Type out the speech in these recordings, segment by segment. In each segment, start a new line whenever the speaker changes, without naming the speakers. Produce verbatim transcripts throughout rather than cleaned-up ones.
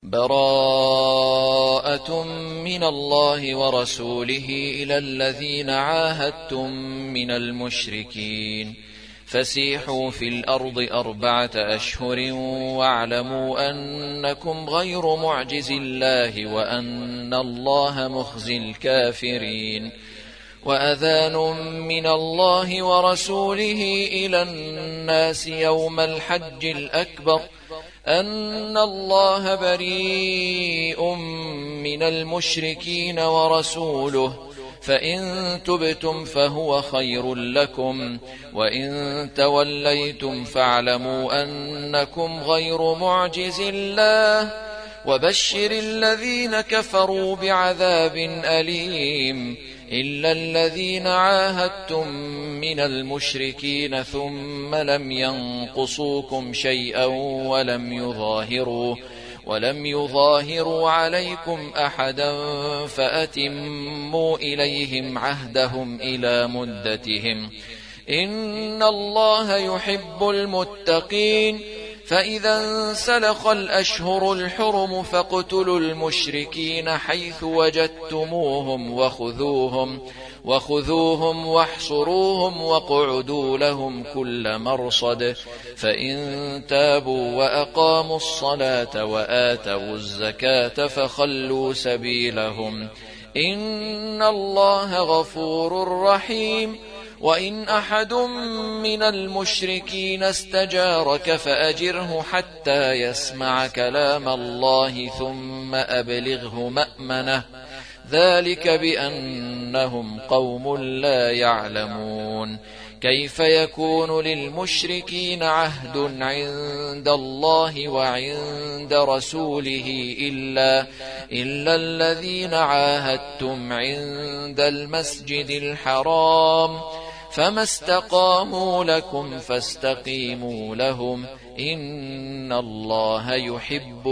براءة من الله ورسوله إلى الذين عاهدتم من المشركين فسيحوا في الأرض أربعة أشهر واعلموا أنكم غير معجز الله وأن الله مخزي الكافرين وأذان من الله ورسوله إلى الناس يوم الحج الأكبر أن الله بريء من المشركين ورسوله فإن تبتم فهو خير لكم وإن توليتم فاعلموا أنكم غير معجز الله وبشر الذين كفروا بعذاب أليم إلا الذين عاهدتم من المشركين ثم لم ينقصوكم شيئا ولم يظاهروا ولم يظاهروا عليكم أحدا فأتموا إليهم عهدهم إلى مدتهم إن الله يحب المتقين فإذا انسلخ الأشهر الحرم فاقتلوا المشركين حيث وجدتموهم وخذوهم وخذوهم واحصروهم واقعدوا لهم كل مرصد فإن تابوا وأقاموا الصلاة وآتوا الزكاة فخلوا سبيلهم إن الله غفور رحيم وإن أحد من المشركين استجارك فأجره حتى يسمع كلام الله ثم أبلغه مأمنه ذلك بأنهم قوم لا يعلمون كيف يكون للمشركين عهد عند الله وعند رسوله إلا, إلا الذين عاهدتم عند المسجد الحرام فما استقاموا لكم فاستقيموا لهم إن الله يحب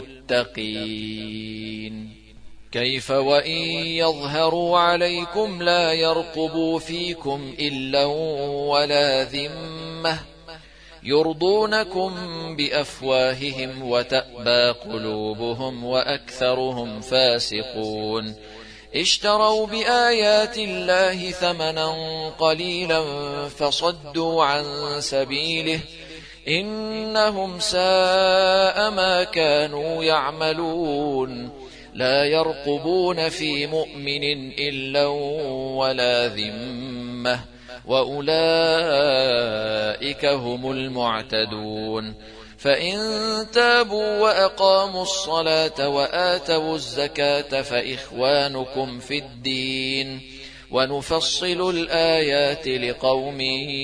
المتقين كيف وإن يظهروا عليكم لا يرقبوا فيكم إلا ولا ذمة يرضونكم بأفواههم وتأبى قلوبهم وأكثرهم فاسقون اشتروا بآيات الله ثمنا قليلا فصدوا عن سبيله إنهم ساء ما كانوا يعملون لا يرقبون في مؤمن إلا ولا ذمة وأولئك هم المعتدون فإن تابوا وأقاموا الصلاة وآتوا الزكاة فإخوانكم في الدين ونفصل الآيات لقوم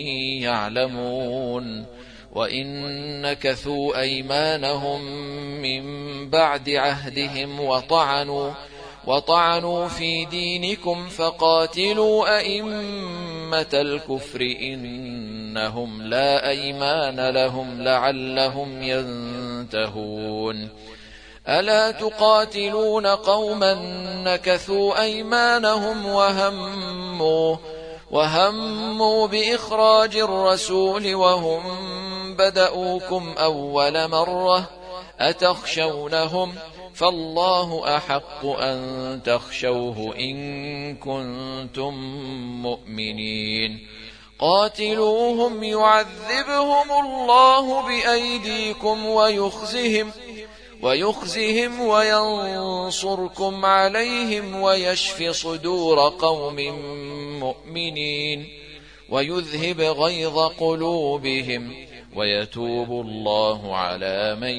يعلمون وإن نكثوا أيمانهم من بعد عهدهم وطعنوا وطعنوا في دينكم فقاتلوا أئمة الكفر إنهم لا أيمان لهم لعلهم ينتهون ألا تقاتلون قوما نكثوا أيمانهم وهموا وهموا بإخراج الرسول وهم بدأوكم أول مرة أتخشونهم فالله أحق أن تخشوه إن كنتم مؤمنين قاتلوهم يعذبهم الله بأيديكم ويخزهم ويخزهم وينصركم عليهم ويشف صدور قوم مؤمنين ويذهب غيظ قلوبهم ويتوب الله على من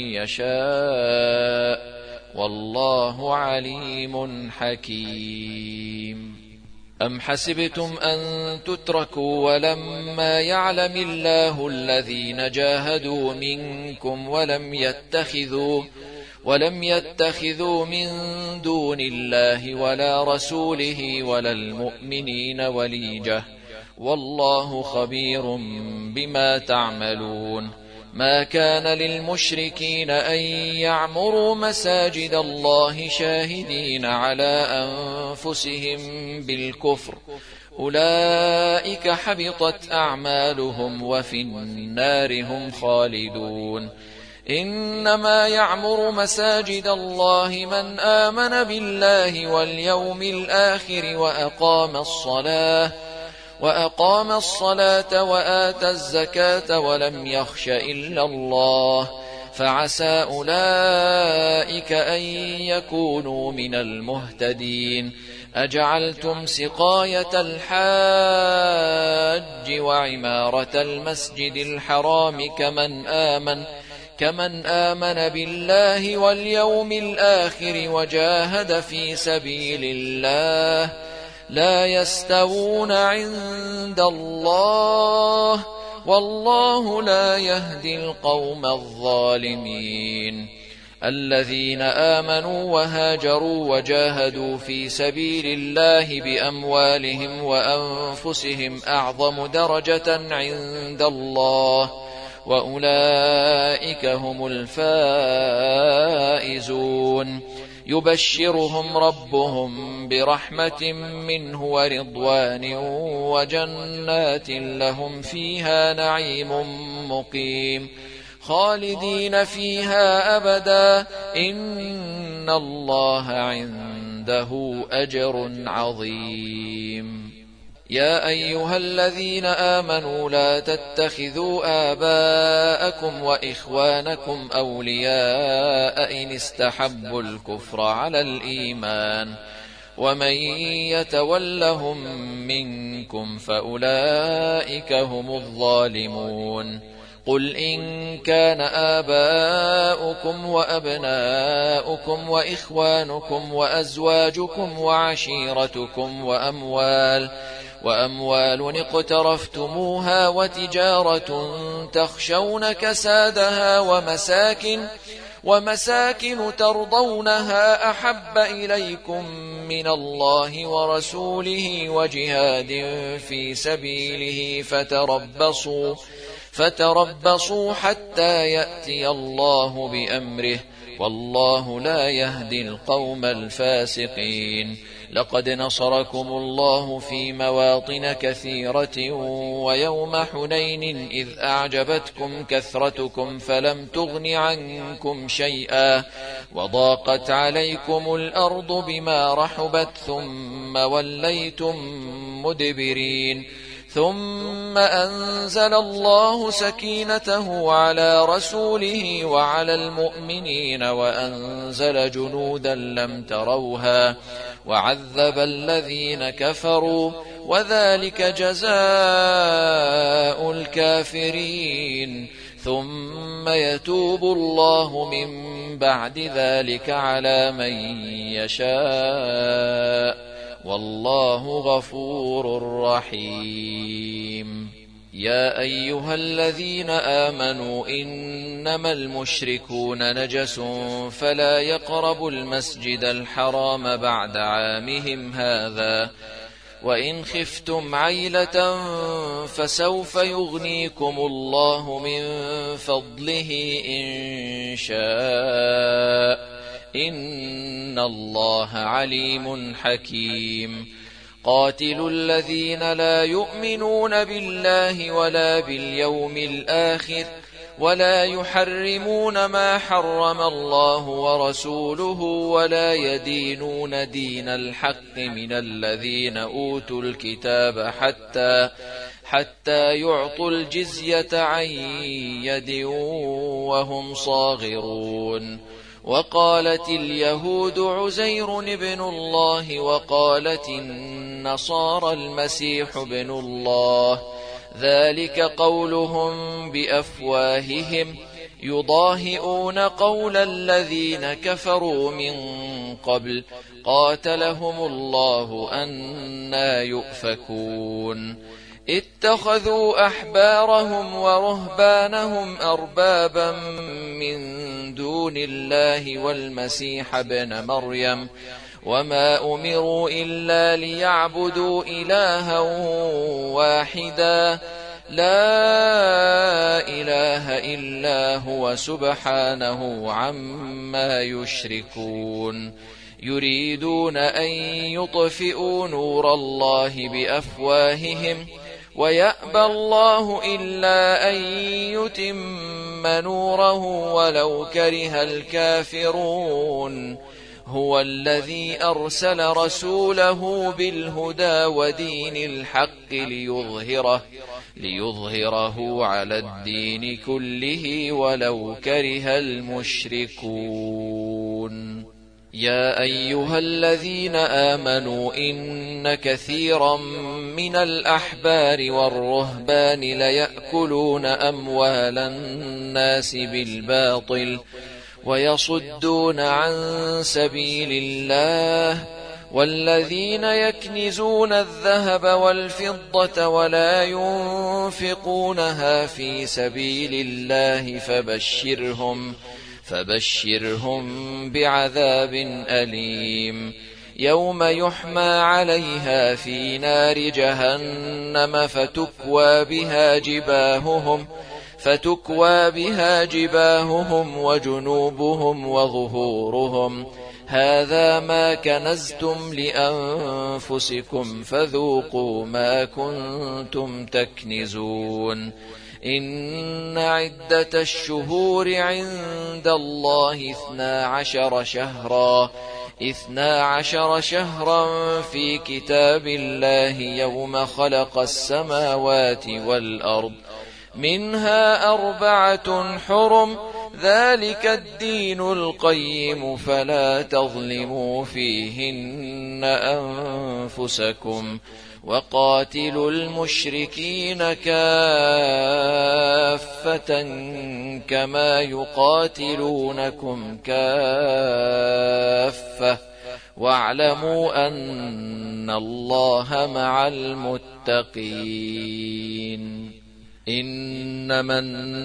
يشاء والله عليم حكيم أم حسبتم أن تتركوا ولما يعلم الله الذين جاهدوا منكم ولم يتخذوا ولم يتخذوا من دون الله ولا رسوله ولا المؤمنين وليجة والله خبير بما تعملون ما كان للمشركين أن يعمروا مساجد الله شاهدين على أنفسهم بالكفر أولئك حبطت أعمالهم وفي النار هم خالدون إنما يعمر مساجد الله من آمن بالله واليوم الآخر وأقام الصلاة وأقام الصلاة وآتى الزكاة ولم يخش إلا الله فعسى أولئك أن يكونوا من المهتدين. أجعلتم سقاية الحاج وعمارة المسجد الحرام كمن آمن كمن آمن بالله واليوم الآخر وجاهد في سبيل الله لا يستوون عند الله والله لا يهدي القوم الظالمين. الذين آمنوا وهاجروا وجاهدوا في سبيل الله بأموالهم وأنفسهم أعظم درجة عند الله وأولئك هم الفائزون. يبشرهم ربهم برحمة منه ورضوان وجنات لهم فيها نعيم مقيم خالدين فيها أبدا إن الله عنده أجر عظيم. يا أيها الذين آمنوا لا تتخذوا آباءكم وإخوانكم أولياء إن استحبوا الكفر على الإيمان ومن يتولهم منكم فأولئك هم الظالمون. قل إن كان آباؤكم وأبناؤكم وإخوانكم وأزواجكم وعشيرتكم وأموال وأموال اقترفتموها وتجارة تخشون كسادها ومساكن ومساكن ترضونها أحب إليكم من الله ورسوله وجهاد في سبيله فتربصوا فتربصوا حتى يأتي الله بأمره والله لا يهدي القوم الفاسقين. لقد نصركم الله في مواطن كثيرة ويوم حنين إذ أعجبتكم كثرتكم فلم تغن عنكم شيئا وضاقت عليكم الأرض بما رحبت ثم وليتم مدبرين. ثم أنزل الله سكينته على رسوله وعلى المؤمنين وأنزل جنودا لم تروها وعذب الذين كفروا وذلك جزاء الكافرين. ثم يتوب الله من بعد ذلك على من يشاء والله غفور رحيم. يا أيها الذين آمنوا إنما المشركون نجس فلا يقربوا المسجد الحرام بعد عامهم هذا وإن خفتم عيلة فسوف يغنيكم الله من فضله إن شاء إن الله عليم حكيم. قاتلوا الذين لا يؤمنون بالله ولا باليوم الآخر ولا يحرمون ما حرم الله ورسوله ولا يدينون دين الحق من الذين أوتوا الكتاب حتى حتى يعطوا الجزية عن يد وهم صاغرون. وقالت اليهود عزير ابن الله وقالت النصارى المسيح ابن الله ذلك قولهم بأفواههم يضاهئون قول الذين كفروا من قبل قاتلهم الله أنى يؤفكون. اتخذوا أحبارهم ورهبانهم أربابا من دون الله والمسيح ابن مريم وما أمروا إلا ليعبدوا إلها واحدا لا إله إلا هو سبحانه عما يشركون. يريدون أن يطفئوا نور الله بأفواههم ويأبى الله إلا أن يتم نوره ولو كره الكافرون هو الذي أرسل رسوله بالهدى ودين الحق ليظهره, ليظهره على الدين كله ولو كره المشركون. يا أيها الذين آمنوا إن كثيرا من الأحبار والرهبان ليأكلون أموال الناس بالباطل ويصدون عن سبيل الله والذين يكنزون الذهب والفضة ولا ينفقونها في سبيل الله فبشرهم فبشرهم بعذاب أليم يوم يحمى عليها في نار جهنم فتكوى بها جباههم فتكوى بها جباههم وجنوبهم وظهورهم هذا ما كنزتم لأنفسكم فذوقوا ما كنتم تكنزون. إن عدة الشهور عند الله اثنا عشر شهرا اثنا عشر شهرا في كتاب الله يوم خلق السماوات والأرض منها أربعة حرم ذلك الدين القيم فلا تظلموا فيهن أنفسكم وقاتلوا المشركين كافة كما يقاتلونكم كافة واعلموا أن الله مع المتقين. إنما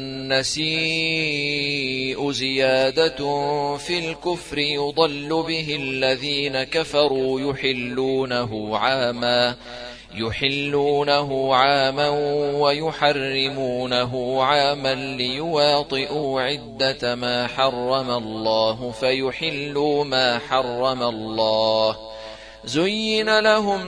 النسيء زيادة في الكفر يضل به الذين كفروا يحلونه عاما يحلونه عاما ويحرمونه عاما ليواطئوا عدة ما حرم الله فيحلوا ما حرم الله زين لهم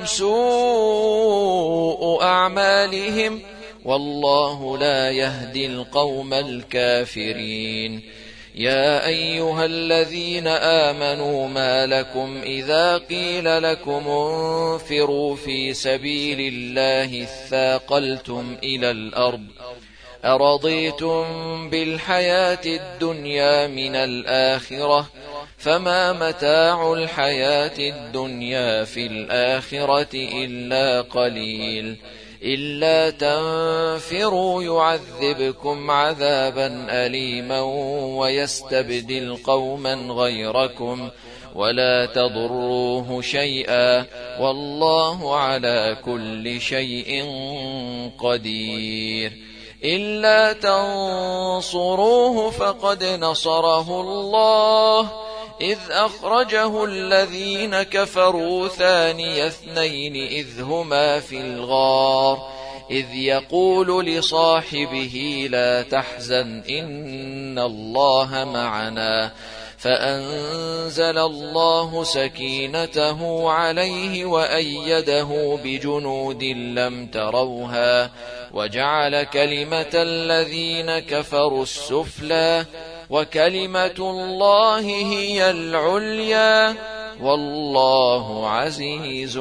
سوء أعمالهم والله لا يهدي القوم الكافرين. يا أيها الذين آمنوا ما لكم إذا قيل لكم انفروا في سبيل الله اثاقلتم إلى الأرض أرضيتم بالحياة الدنيا من الآخرة فما متاع الحياة الدنيا في الآخرة إلا قليل إلا تنفروا يعذبكم عذابا أليما ويستبدل قوما غيركم ولا تضروه شيئا والله على كل شيء قدير. إلا تنصروه فقد نصره الله إذ أخرجه الذين كفروا ثاني اثنين إذ هما في الغار إذ يقول لصاحبه لا تحزن إن الله معنا فأنزل الله سكينته عليه وأيده بجنود لم تروها وجعل كلمة الذين كفروا السفلى وكلمة الله هي العليا والله عزيز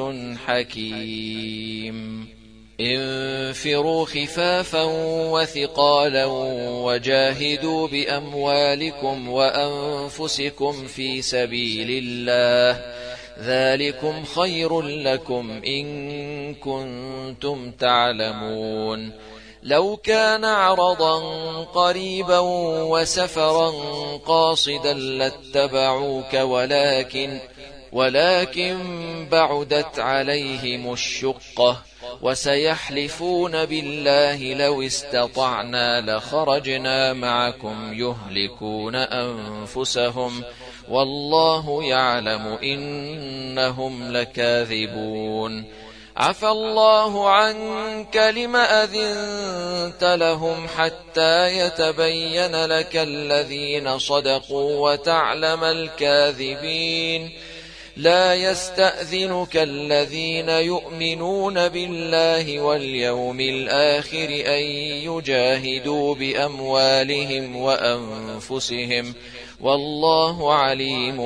حكيم. انفروا خفافا وثقالا وجاهدوا بأموالكم وأنفسكم في سبيل الله ذلكم خير لكم إن كنتم تعلمون. لو كان عرضا قريبا وسفرا قاصدا لاتبعوك ولكن ولكن بعدت عليهم الشقة وسيحلفون بالله لو استطعنا لخرجنا معكم يهلكون أنفسهم والله يعلم إنهم لكاذبون. عفى الله عنك لم أذنت لهم حتى يتبين لك الذين صدقوا وتعلم الكاذبين. لا يستأذنك الذين يؤمنون بالله واليوم الآخر أن يجاهدوا بأموالهم وأنفسهم والله عليم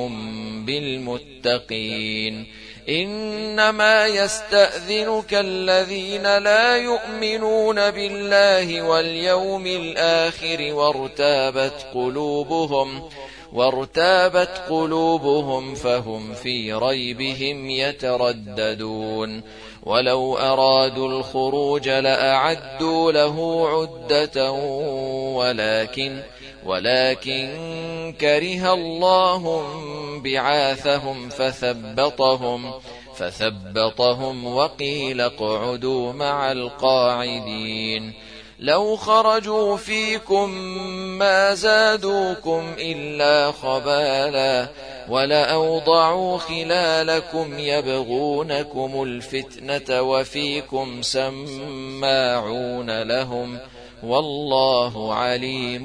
بالمتقين إنما يستأذنك الذين لا يؤمنون بالله واليوم الآخر وارتابت قلوبهم وارتابت قلوبهم فهم في ريبهم يترددون ولو أرادوا الخروج لأعدوا له عدة ولكن ولكن كره الله بعاثهم فثبطهم فثبطهم وقيل اقعدوا مع القاعدين لو خرجوا فيكم ما زادوكم إلا خبالا ولأوضعوا خلالكم يبغونكم الفتنة وفيكم سماعون لهم والله عليم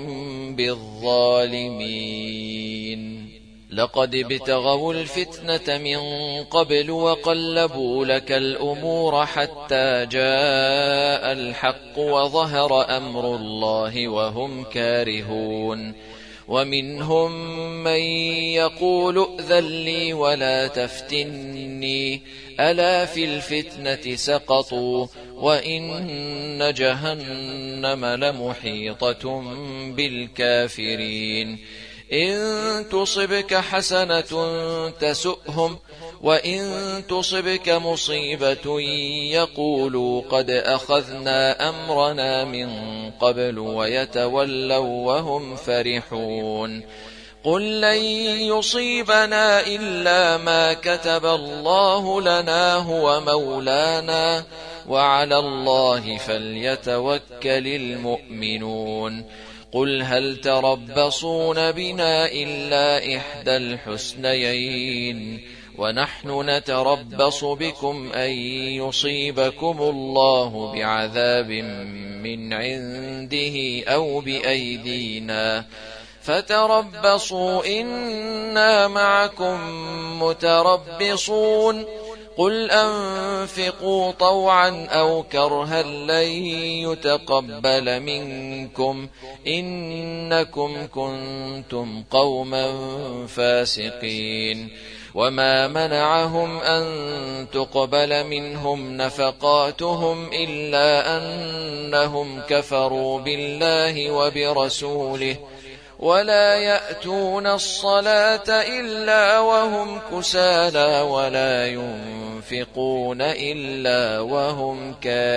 بالظالمين لقد ابتغوا الفتنة من قبل وقلبوا لك الأمور حتى جاء الحق وظهر أمر الله وهم كارهون ومنهم من يقول ائذن لي ولا تفتني ألا في الفتنة سقطوا وإن جهنم لمحيطة بالكافرين إن تصبك حسنة تسؤهم وإن تصبك مصيبة يقولوا قد أخذنا أمرنا من قبل ويتولوا وهم فرحون قل لن يصيبنا إلا ما كتب الله لنا هو مولانا وعلى الله فليتوكل المؤمنون قل هل تربصون بنا إلا إحدى الحسنيين ونحن نتربص بكم أن يصيبكم الله بعذاب من عنده أو بأيدينا فتربصوا إنا معكم متربصون قل أنفقوا طوعا أو كرها لن يتقبل منكم إنكم كنتم قوما فاسقين وما منعهم أن تقبل منهم نفقاتهم إلا أنهم كفروا بالله وبرسوله ولا يأتون الصلاة إلا وهم كسالى ولا ينفقون إلا وهم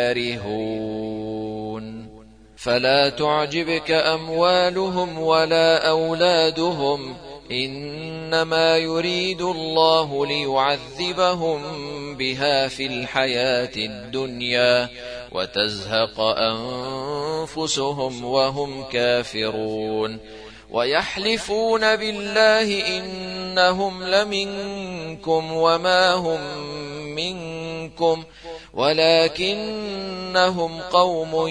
كارهون فلا تعجبك أموالهم ولا أولادهم إنما يريد الله ليعذبهم بها في الحياة الدنيا وتزهق أنفسهم وهم كافرون ويحلفون بالله إنهم لمنكم وما هم منكم ولكنهم قوم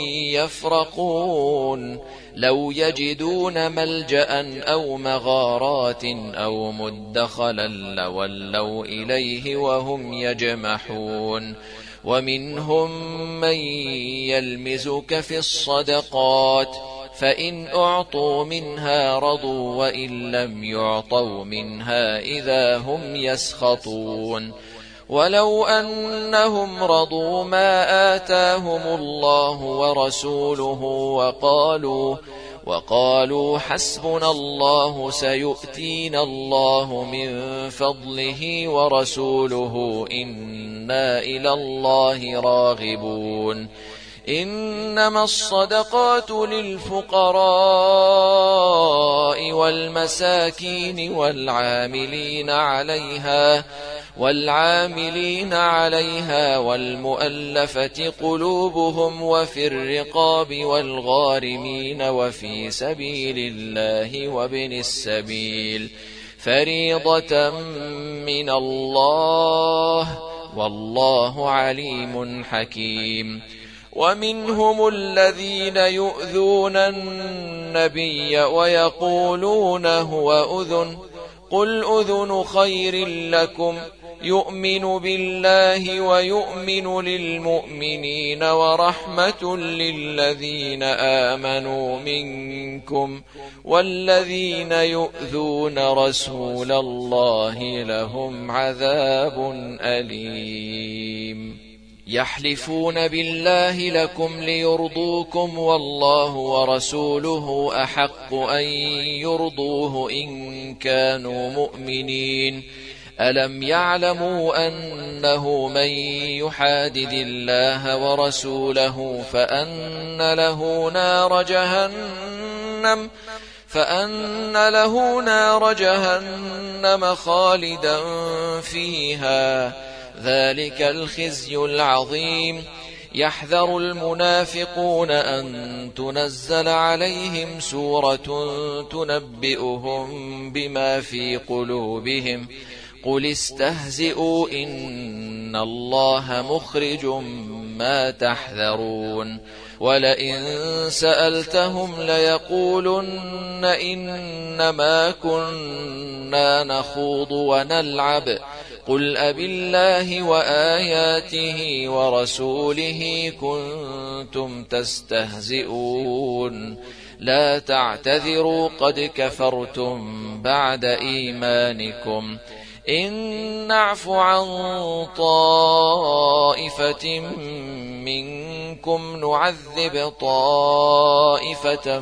يفرقون لو يجدون ملجأ أو مغارات أو مدخلا لولوا إليه وهم يجمحون ومنهم من يلمزك في الصدقات فإن أعطوا منها رضوا وإن لم يعطوا منها إذا هم يسخطون ولو أنهم رضوا ما آتاهم الله ورسوله وقالوا وقالوا حسبنا الله سيؤتينا الله من فضله ورسوله إنا إلى الله راغبون إنما الصدقات للفقراء والمساكين والعاملين عليها والعاملين عليها والمؤلفة قلوبهم وفي الرقاب والغارمين وفي سبيل الله وابن السبيل فريضة من الله والله عليم حكيم ومنهم الذين يؤذون النبي ويقولون هو أذن قل أذن خير لكم يؤمن بالله ويؤمن للمؤمنين ورحمة للذين آمنوا منكم والذين يؤذون رسول الله لهم عذاب أليم. يحلفون بالله لكم ليرضوكم والله ورسوله أحق أن يرضوه إن كانوا مؤمنين. ألم يعلموا أنه من يحادد الله ورسوله فأن له نار جهنم فأن له نار جهنم خالدا فيها ذلك الخزي العظيم. يحذر المنافقون أن تنزل عليهم سورة تنبئهم بما في قلوبهم قل استهزئوا إن الله مخرج ما تحذرون. ولئن سألتهم ليقولن إنما كنا نخوض ونلعب قل أبالله وآياته ورسوله كنتم تستهزئون لا تعتذروا قد كفرتم بعد إيمانكم إن نعف عن طائفة منكم نعذب طائفة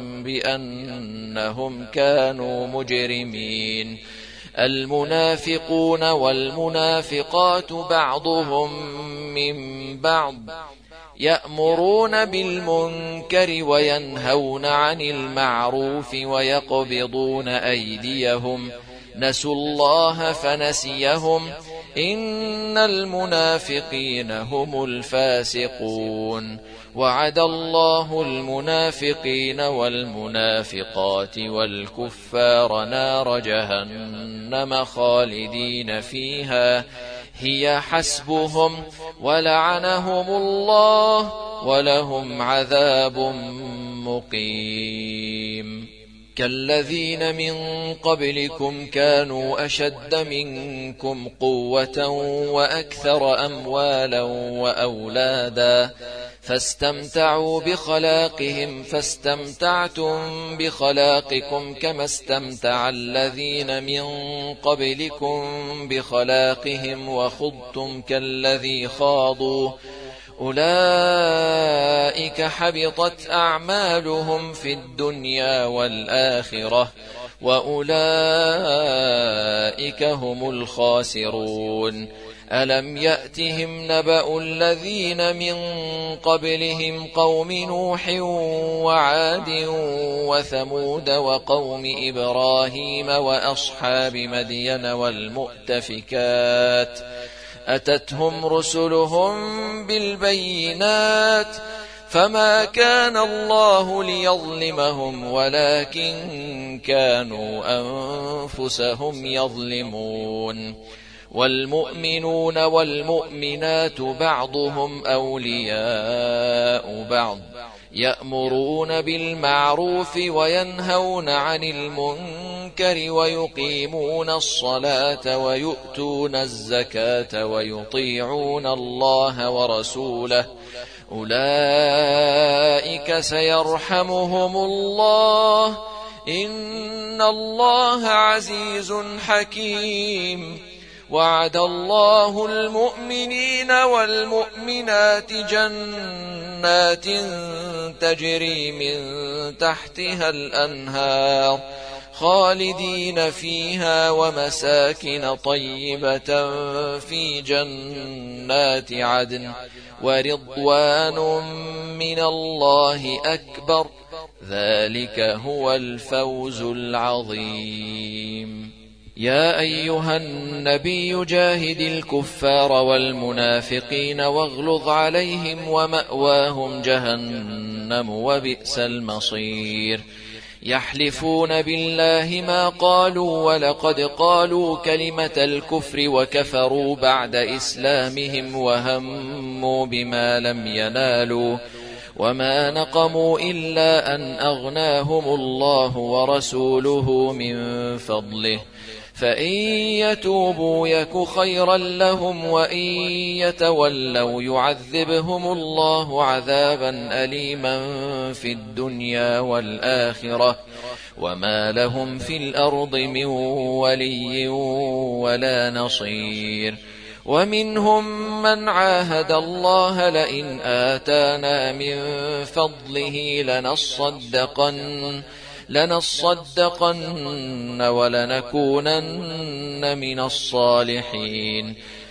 بأنهم كانوا مجرمين. المنافقون والمنافقات بعضهم من بعض يأمرون بالمنكر وينهون عن المعروف ويقبضون أيديهم نسوا الله فنسيهم إن المنافقين هم الفاسقون. وعد الله المنافقين والمنافقات والكفار نار جهنم خالدين فيها هي حسبهم ولعنهم الله ولهم عذاب مقيم. كالذين من قبلكم كانوا أشد منكم قوة وأكثر أموالا وأولادا فاستمتعوا بخلاقهم فاستمتعتم بخلاقكم كما استمتع الذين من قبلكم بخلاقهم وخضتم كالذي خاضوا أولئك حبطت أعمالهم في الدنيا والآخرة وأولئك هم الخاسرون. ألم يأتهم نبأ الذين من قبلهم قوم نوح وعاد وثمود وقوم إبراهيم وأصحاب مدين والمؤتفكات أتتهم رسلهم بالبينات فما كان الله ليظلمهم ولكن كانوا أنفسهم يظلمون. والمؤمنون والمؤمنات بعضهم أولياء بعض يأمرون بالمعروف وينهون عن المنكر ويقيمون الصلاة ويؤتون الزكاة ويطيعون الله ورسوله أولئك سيرحمهم الله إن الله عزيز حكيم. وعد الله المؤمنين والمؤمنات جنات تجري من تحتها الأنهار خالدين فيها ومساكن طيبة في جنات عدن ورضوان من الله أكبر ذلك هو الفوز العظيم. يا أيها النبي جاهد الكفار والمنافقين واغلظ عليهم ومأواهم جهنم وبئس المصير. يحلفون بالله ما قالوا ولقد قالوا كلمة الكفر وكفروا بعد إسلامهم وهموا بما لم ينالوا وما نقموا إلا أن أغناهم الله ورسوله من فضله فإن يتوبوا يك خيرا لهم وإن يتولوا يعذبهم الله عذابا أليما في الدنيا والآخرة وما لهم في الأرض من ولي ولا نصير. ومنهم من عاهد الله لئن آتانا من فضله لنصدقن لنصدقن ولنكونن من الصالحين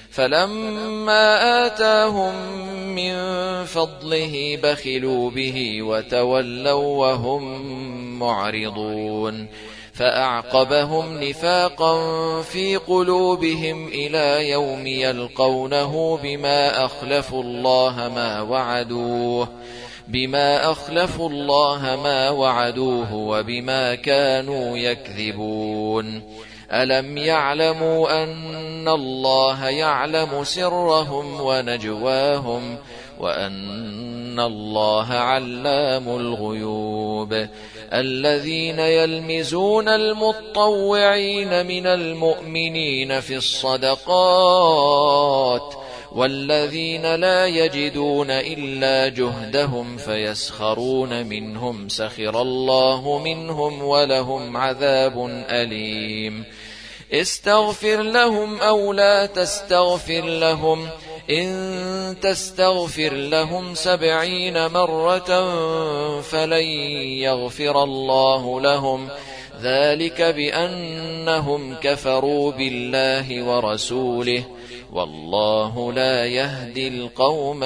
فلما آتاهم من فضله بخلوا به وتولوا وهم معرضون فأعقبهم نفاقا في قلوبهم إلى يوم يلقونه بما أخلفوا الله ما وعدوه بما أخلفوا الله ما وعدوه وبما كانوا يكذبون. ألم يعلموا أن الله يعلم سرهم ونجواهم وأن الله علام الغيوب. الذين يلمزون المطوعين من المؤمنين في الصدقات والذين لا يجدون إلا جهدهم فيسخرون منهم سخر الله منهم ولهم عذاب أليم. استغفر لهم أو لا تستغفر لهم إن تستغفر لهم سبعين مرة فلن يغفر الله لهم ذلك بأنهم كفروا بالله ورسوله والله لا يهدي القوم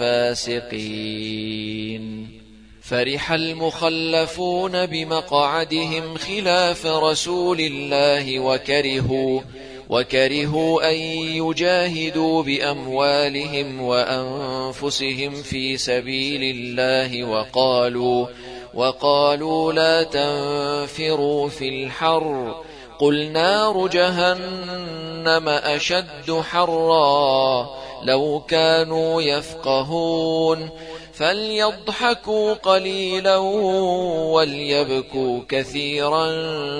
الفاسقين. فرح المخلفون بمقعدهم خلاف رسول الله وكرهوا وكرهوا أن يجاهدوا بأموالهم وأنفسهم في سبيل الله وقالوا وقالوا لا تنفروا في الحر قل نار جهنم أشد حرا لو كانوا يفقهون فليضحكوا قليلا وليبكوا كثيرا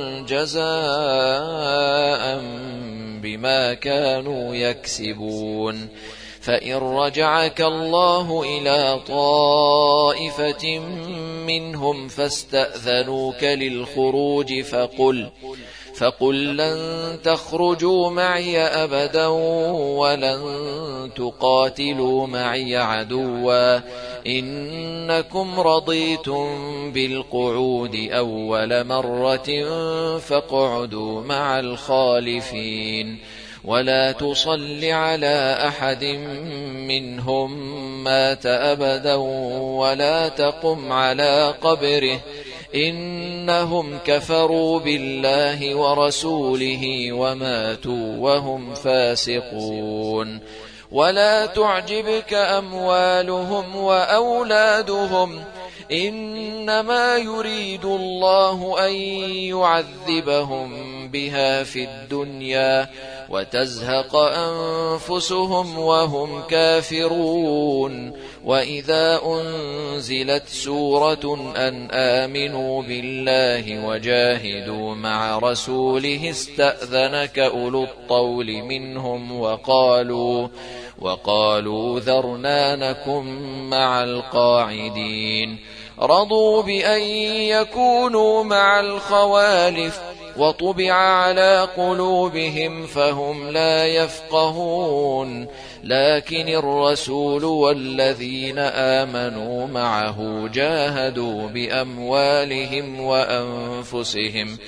جزاء بما كانوا يكسبون. فإن رجعك الله إلى طائفة منهم فاستأذنوك للخروج فقل فقل لن تخرجوا معي أبدا ولن تقاتلوا معي عدوا إنكم رضيتم بالقعود أول مرة فاقعدوا مع الخالفين ولا تصل على أحد منهم مات أبدا ولا تقم على قبره إنهم كفروا بالله ورسوله وماتوا وهم فاسقون. ولا تعجبك أموالهم وأولادهم إنما يريد الله أن يعذبهم بها في الدنيا وتزهق أنفسهم وهم كافرون. وإذا أنزلت سورة أن آمنوا بالله وجاهدوا مع رسوله استأذنك أولو الطول منهم وقالوا وقالوا ذرنا نكن مع القاعدين رضوا بأن يكونوا مع الخوالف وطبع على قلوبهم فهم لا يفقهون. لكن الرسول والذين آمنوا معه جاهدوا بأموالهم وأنفسهم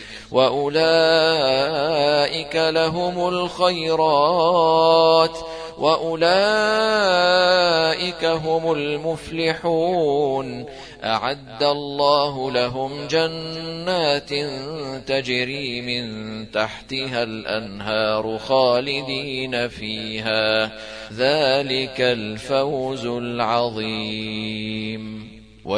وأولئك لهم الخيرات وأولئك هم المفلحون. أعد الله لهم جنات تجري من تحتها الأنهار خالدين فيها ذلك الفوز العظيم.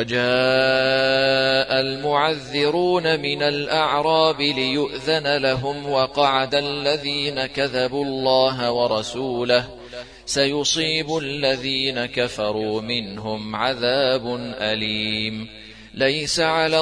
وجاء المعذرون من الأعراب ليؤذن لهم وقعد الذين كذبوا الله ورسوله سيصيب الذين كفروا منهم عذاب أليم ليس على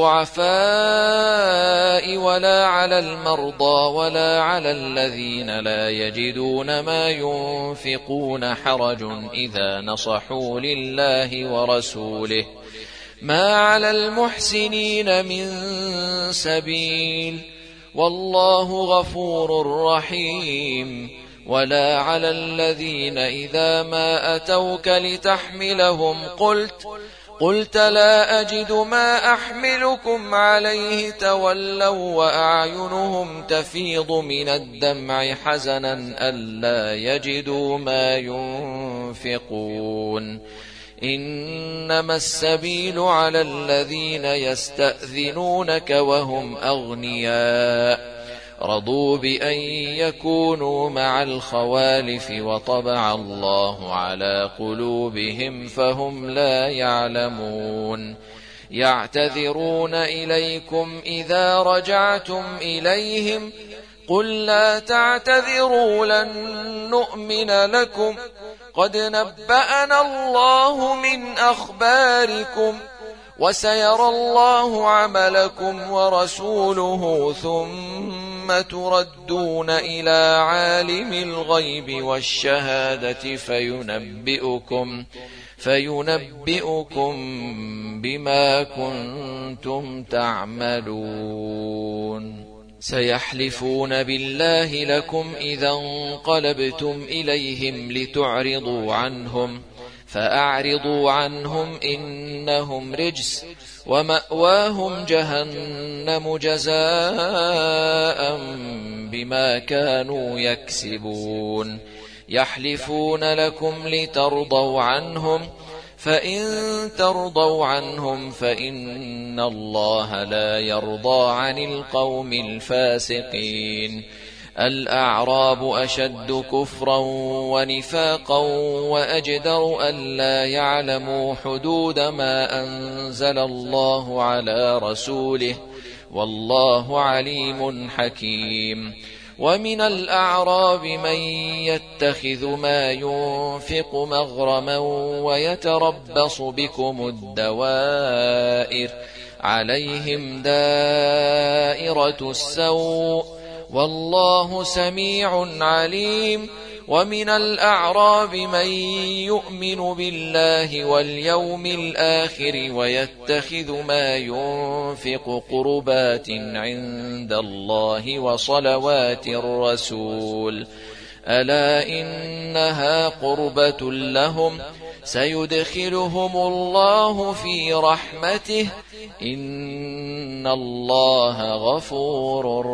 الضعفاء ولا على المرضى ولا على الذين لا يجدون ما ينفقون حرج إذا نصحوا لله ورسوله ما على المحسنين من سبيل والله غفور رحيم ولا على الذين إذا ما أتوك لتحملهم قلت قلت لا أجد ما أحملكم عليه تولوا وأعينهم تفيض من الدمع حزنا ألا يجدوا ما ينفقون إنما السبيل على الذين يستأذنونك وهم أغنياء رضوا بأن يكونوا مع الخوالف وطبع الله على قلوبهم فهم لا يعلمون يعتذرون إليكم إذا رجعتم إليهم قل لا تعتذروا لن نؤمن لكم قد نبأنا الله من أخباركم وسيرى الله عملكم ورسوله ثم تردون إلى عالم الغيب والشهادة فينبئكم فينبئكم بما كنتم تعملون سيحلفون بالله لكم إذا انقلبتم إليهم لتعرضوا عنهم فأعرضوا عنهم إنهم رجس ومأواهم جهنم جزاء بما كانوا يكسبون يحلفون لكم لترضوا عنهم فإن ترضوا عنهم فإن الله لا يرضى عن القوم الفاسقين الأعراب أشد كفرا ونفاقا وأجدر ألا يعلموا حدود ما أنزل الله على رسوله والله عليم حكيم ومن الأعراب من يتخذ ما ينفق مغرما ويتربص بكم الدوائر عليهم دائرة السوء والله سميع عليم ومن الأعراب من يؤمن بالله واليوم الآخر ويتخذ ما ينفق قربات عند الله وصلوات الرسول ألا إنها قربة لهم سيدخلهم الله في رحمته إن الله غفور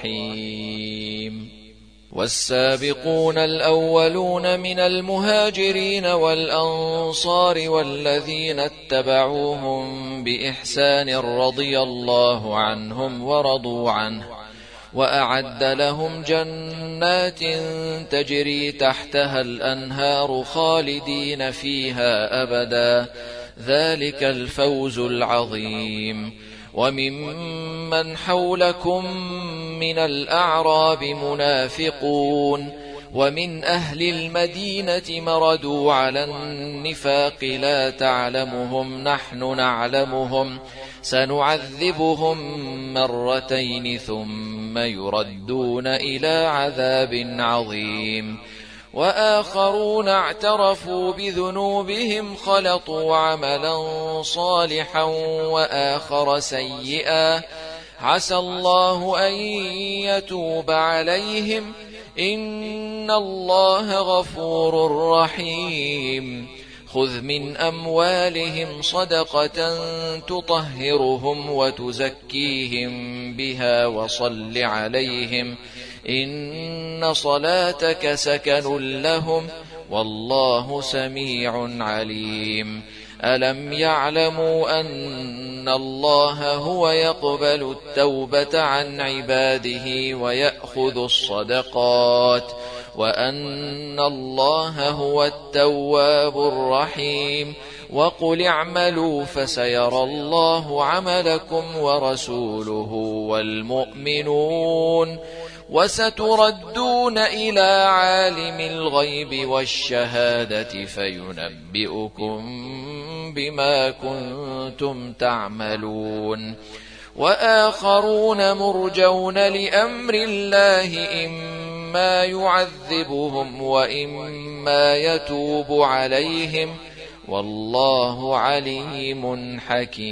رحيم والسابقون الأولون من المهاجرين والأنصار والذين اتبعوهم بإحسان رضي الله عنهم ورضوا عنه وأعد لهم جنات تجري تحتها الأنهار خالدين فيها أبدا ذلك الفوز العظيم وممن حولكم من الأعراب منافقون ومن أهل المدينة مردوا على النفاق لا تعلمهم نحن نعلمهم سنعذبهم مرتين ثم يردون إلى عذاب عظيم وآخرون اعترفوا بذنوبهم خلطوا عملا صالحا وآخر سيئا عسى الله أن يتوب عليهم إن الله غفور رحيم خذ من أموالهم صدقة تطهرهم وتزكيهم بها وصل عليهم إن صلاتك سكن لهم والله سميع عليم ألم يعلموا أن الله هو يقبل التوبة عن عباده ويأخذ الصدقات وأن الله هو التواب الرحيم وقل اعملوا فسيرى الله عملكم ورسوله والمؤمنون وستردون إلى عالم الغيب والشهادة فينبئكم بما كنتم تعملون وآخرون مرجون لأمر الله إما يعذبهم وإما يتوب عليهم والله عليم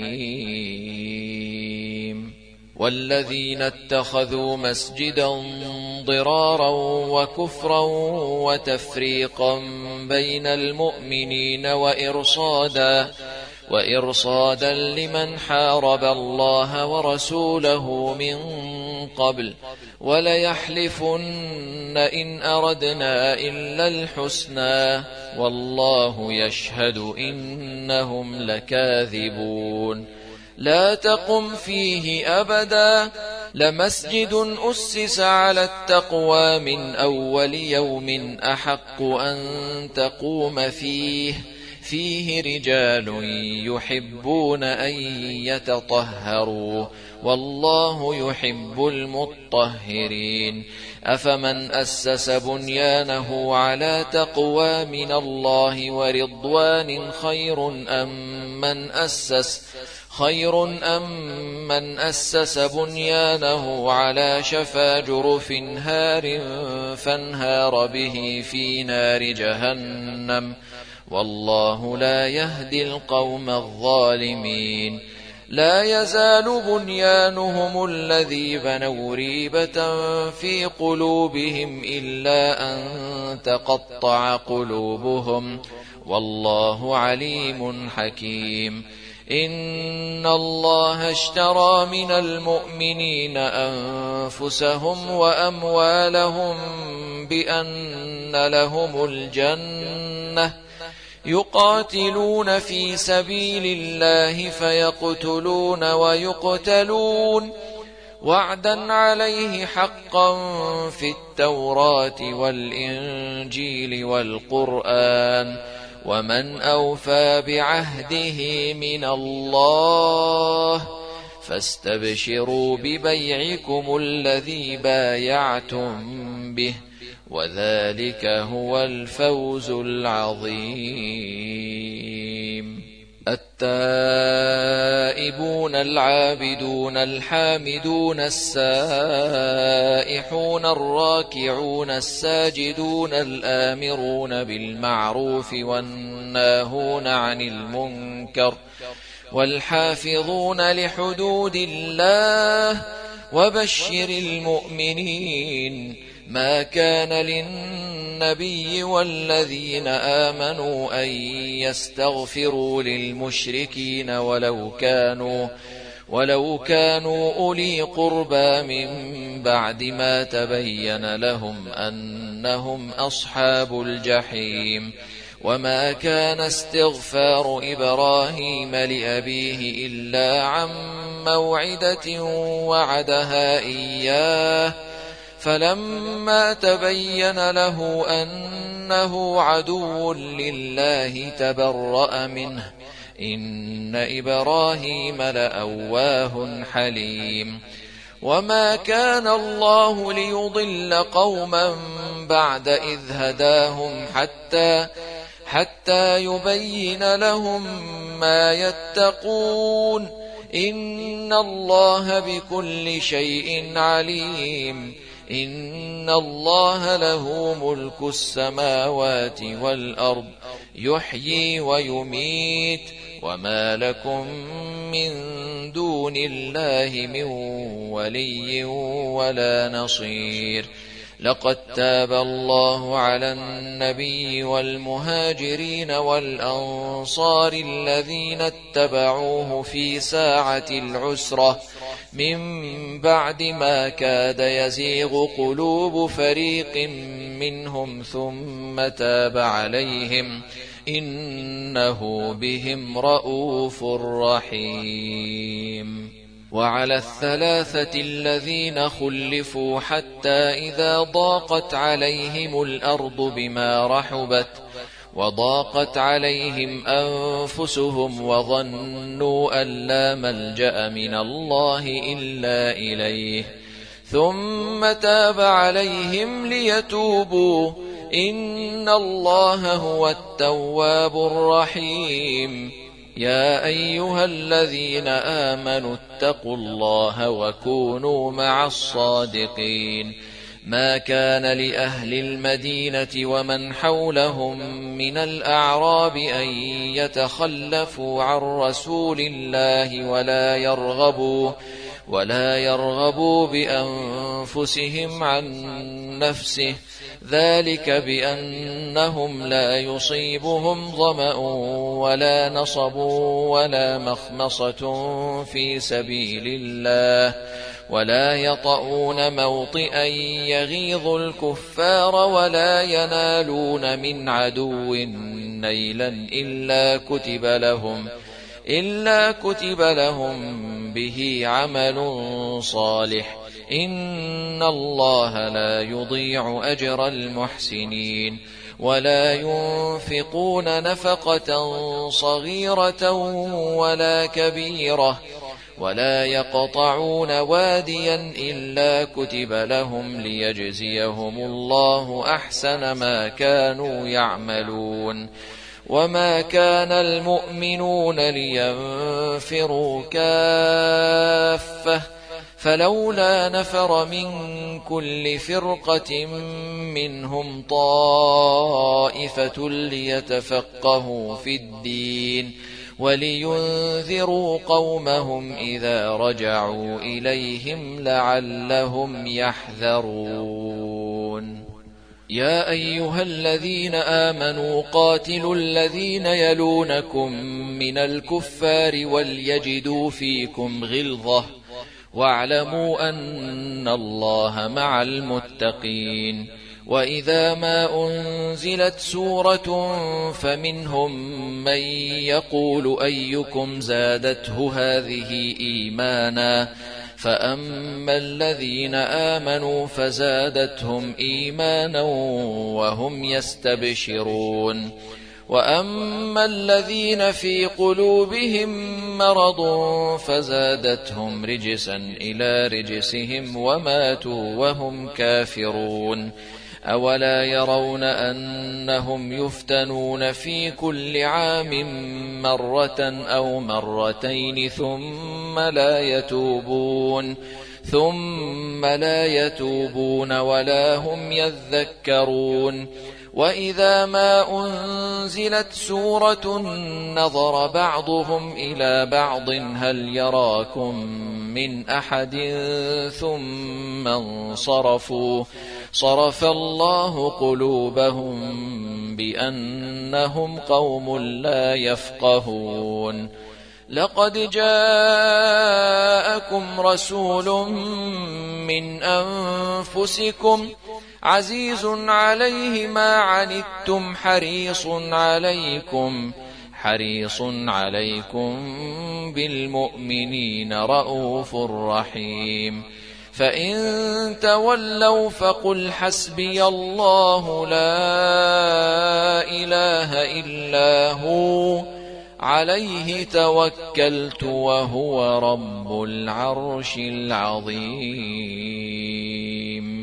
حكيم والذين اتخذوا مسجدا ضرارا وكفرا وتفريقا بين المؤمنين وإرصادا وإرصادا لمن حارب الله ورسوله من قبل وليحلفن إن أردنا إلا الحسنى والله يشهد إنهم لكاذبون لا تقم فيه أبدا لمسجد أسس على التقوى من أول يوم أحق أن تقوم فيه فيه رجال يحبون أن يتطهروا والله يحب المطهرين أفمن أسس بنيانه على تقوى من الله ورضوان خير أم من أسس خير أم من أسس بنيانه على شفا جرف هار فانهار به في نار جهنم والله لا يهدي القوم الظالمين لا يزال بنيانهم الذي بنوا ريبة في قلوبهم إلا أن تقطع قلوبهم والله عليم حكيم إن الله اشترى من المؤمنين أنفسهم وأموالهم بأن لهم الجنة يقاتلون في سبيل الله فيقتلون ويقتلون وعدا عليه حقا في التوراة والإنجيل والقرآن ومن أوفى بعهده من الله فاستبشروا ببيعكم الذي بايعتم به وذلك هو الفوز العظيم التائبون العابدون الحامدون السائحون الراكعون الساجدون الآمرون بالمعروف والناهون عن المنكر والحافظون لحدود الله وبشر المؤمنين ما كان للنبي والذين آمنوا أن يستغفروا للمشركين ولو كانوا ولو كانوا أولي قربى من بعد ما تبين لهم أنهم أصحاب الجحيم وما كان استغفار إبراهيم لأبيه إلا عن موعدة وعدها إياه فلما تبين له أنه عدو لله تبرأ منه إن إبراهيم لأواه حليم وما كان الله ليضل قوما بعد إذ هداهم حتى حتى يبين لهم ما يتقون إن الله بكل شيء عليم إن الله له ملك السماوات والأرض يحيي ويميت وما لكم من دون الله من ولي ولا نصير لقد تاب الله على النبي والمهاجرين والأنصار الذين اتبعوه في ساعة العسرة من بعد ما كاد يزيغ قلوب فريق منهم ثم تاب عليهم إنه بهم رءوف رحيم وعلى الثلاثة الذين خلفوا حتى إذا ضاقت عليهم الأرض بما رحبت وضاقت عليهم أنفسهم وظنوا أن لا ملجأ من الله إلا إليه ثم تاب عليهم ليتوبوا إن الله هو التواب الرحيم يا أيها الذين آمنوا اتقوا الله وكونوا مع الصادقين ما كان لأهل المدينة ومن حولهم من الأعراب أن يتخلفوا عن رسول الله ولا يرغبوا ولا يرغبوا بأنفسهم عن نفسه ذلك بأنهم لا يصيبهم ظمأ ولا نصب ولا مخمصة في سبيل الله ولا يطؤون موطئا يغيظ الكفار ولا ينالون من عدو نيلا إلا كتب لهم إلا كتب لهم به عمل صالح إن الله لا يضيع أجر المحسنين ولا ينفقون نفقة صغيرة ولا كبيرة ولا يقطعون واديا إلا كتب لهم ليجزيهم الله أحسن ما كانوا يعملون وما كان المؤمنون لينفروا كافة فلولا نفر من كل فرقة منهم طائفة ليتفقهوا في الدين ولينذروا قومهم إذا رجعوا إليهم لعلهم يحذرون يا أيها الذين آمنوا قاتلوا الذين يلونكم من الكفار وليجدوا فيكم غلظة واعلموا أن الله مع المتقين وإذا ما أنزلت سورة فمنهم من يقول أيكم زادته هذه إيمانا فأما الذين آمنوا فزادتهم إيمانا وهم يستبشرون وأما الذين في قلوبهم مرض فزادتهم رجسا إلى رجسهم وماتوا وهم كافرون أولا يرون أنهم يفتنون في كل عام مرة أو مرتين ثم لا يتوبون ثم لا يتوبون ولا هم يذكرون وإذا ما أنزلت سورة نظر بعضهم إلى بعض هل يراكم من أحد ثم انصرفوا صرف الله قلوبهم بأنهم قوم لا يفقهون لقد جاءكم رسول من أنفسكم عزيز عليه ما عنتم حريص عليكم حريص عليكم بالمؤمنين رءوف رحيم فإن تولوا فقل حسبي الله لا إله إلا هو عليه توكلت وهو رب العرش العظيم